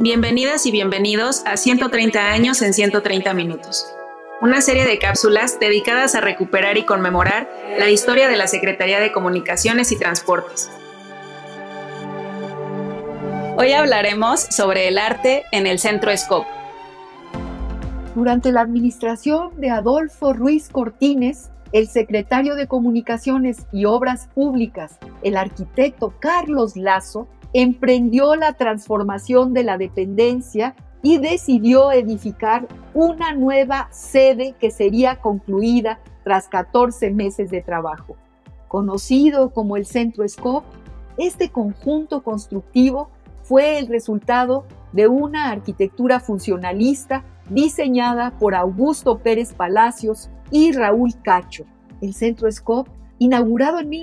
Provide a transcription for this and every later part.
Bienvenidas y bienvenidos a 130 años en 130 minutos, una serie de cápsulas dedicadas a recuperar y conmemorar la historia de la Secretaría de Comunicaciones y Transportes. Hoy hablaremos sobre el arte en el Centro Scope. Durante la administración de Adolfo Ruiz Cortines, el secretario de Comunicaciones y Obras Públicas, el arquitecto Carlos Lazo, emprendió la transformación de la dependencia y decidió edificar una nueva sede que sería concluida tras 14 meses de trabajo. Conocido como el Centro Scope, este conjunto constructivo fue el resultado de una arquitectura funcionalista diseñada por Augusto Pérez Palacios y Raúl Cacho. El Centro Scope, inaugurado en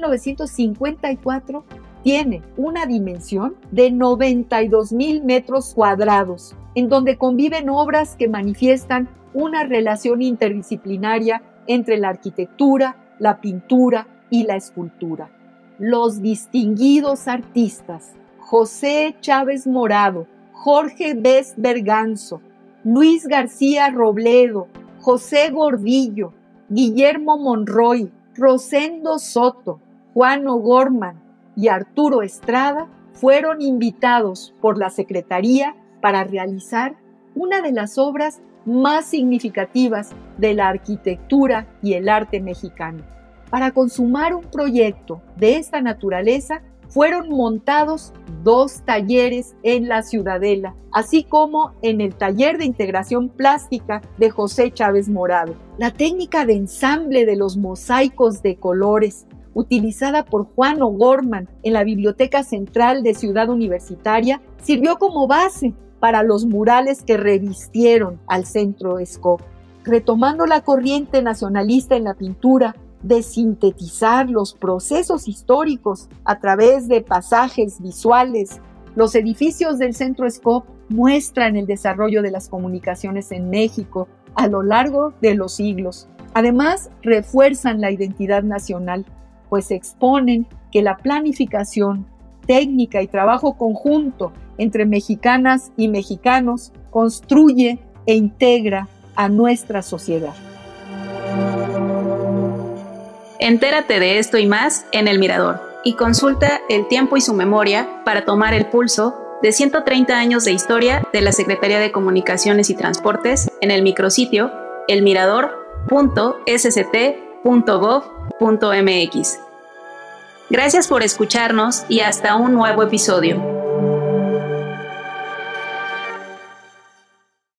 1954, tiene una dimensión de 92,000 metros cuadrados, en donde conviven obras que manifiestan una relación interdisciplinaria entre la arquitectura, la pintura y la escultura. Los distinguidos artistas José Chávez Morado, Jorge Bess Berganzo, Luis García Robledo, José Gordillo, Guillermo Monroy, Rosendo Soto, Juan O'Gorman y Arturo Estrada fueron invitados por la Secretaría para realizar una de las obras más significativas de la arquitectura y el arte mexicano. Para consumar un proyecto de esta naturaleza, fueron montados 2 talleres en la Ciudadela, así como en el taller de integración plástica de José Chávez Morado. La técnica de ensamble de los mosaicos de colores, utilizada por Juan O'Gorman en la Biblioteca Central de Ciudad Universitaria, sirvió como base para los murales que revistieron al Centro Scope. Retomando la corriente nacionalista en la pintura, de sintetizar los procesos históricos a través de pasajes visuales, los edificios del Centro Scope muestran el desarrollo de las comunicaciones en México a lo largo de los siglos. Además, refuerzan la identidad nacional, pues exponen que la planificación, técnica y trabajo conjunto entre mexicanas y mexicanos construye e integra a nuestra sociedad. Entérate de esto y más en El Mirador y consulta El Tiempo y su Memoria para tomar el pulso de 130 años de historia de la Secretaría de Comunicaciones y Transportes en el micrositio elmirador.sct.gov.mx. Gracias por escucharnos y hasta un nuevo episodio.